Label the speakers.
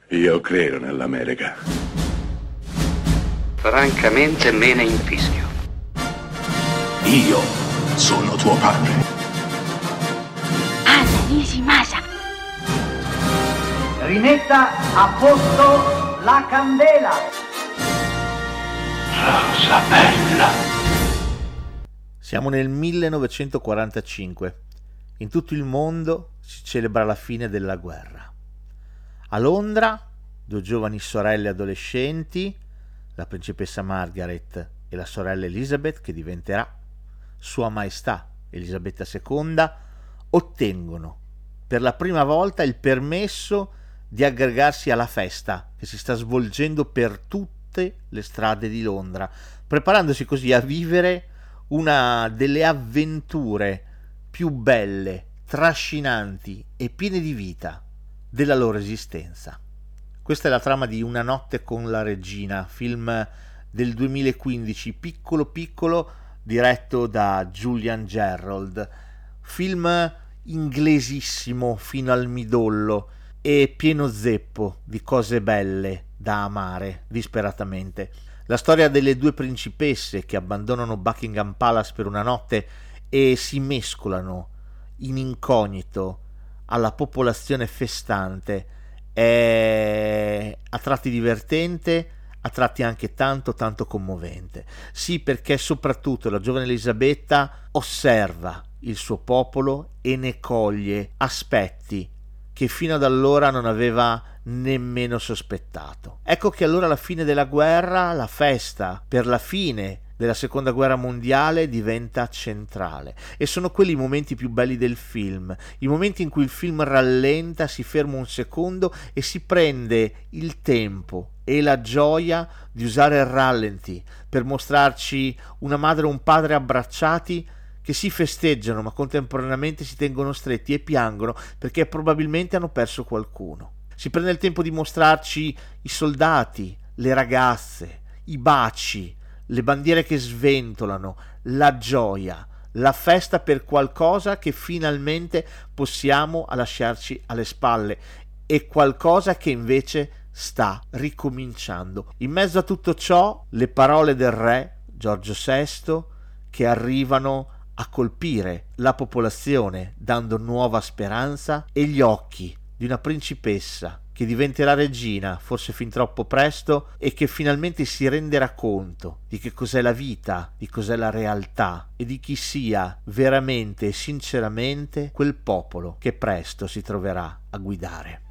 Speaker 1: Io credo nell'America.
Speaker 2: Francamente me ne infischio.
Speaker 1: Io sono tuo padre.
Speaker 3: Anna Nishimasa.
Speaker 4: Rimetta a posto la candela.
Speaker 1: Rosa bella.
Speaker 5: Siamo nel 1945. In tutto il mondo si celebra la fine della guerra. A Londra, due giovani sorelle adolescenti, la principessa Margaret e la sorella Elizabeth, che diventerà Sua Maestà Elisabetta II, ottengono per la prima volta il permesso di aggregarsi alla festa che si sta svolgendo per tutte le strade di Londra, preparandosi così a vivere una delle avventure più belle, trascinanti e piene di vita della loro esistenza. Questa è la trama di Una notte con la regina, film del 2015, piccolo, diretto da Julian Gerald, film inglesissimo fino al midollo e pieno zeppo di cose belle da amare disperatamente. La storia delle due principesse che abbandonano Buckingham Palace per una notte e si mescolano in incognito alla popolazione festante è a tratti divertente, a tratti anche tanto commovente. Sì, perché soprattutto la giovane Elisabetta osserva il suo popolo e ne coglie aspetti che fino ad allora non aveva nemmeno sospettato. Ecco che allora alla fine della guerra, la festa per la fine della seconda guerra mondiale diventa centrale, e sono quelli i momenti più belli del film, i momenti in cui il film rallenta, si ferma un secondo e si prende il tempo e la gioia di usare il rallenti per mostrarci una madre e un padre abbracciati che si festeggiano ma contemporaneamente si tengono stretti e piangono perché probabilmente hanno perso qualcuno. Si prende il tempo di mostrarci i soldati, le ragazze, i baci, le bandiere che sventolano, la gioia, la festa per qualcosa che finalmente possiamo lasciarci alle spalle e qualcosa che invece sta ricominciando. In mezzo a tutto ciò, le parole del re Giorgio VI che arrivano a colpire la popolazione dando nuova speranza e gli occhi di una principessa che diventerà regina, forse fin troppo presto, e che finalmente si renderà conto di che cos'è la vita, di cos'è la realtà e di chi sia veramente e sinceramente quel popolo che presto si troverà a guidare.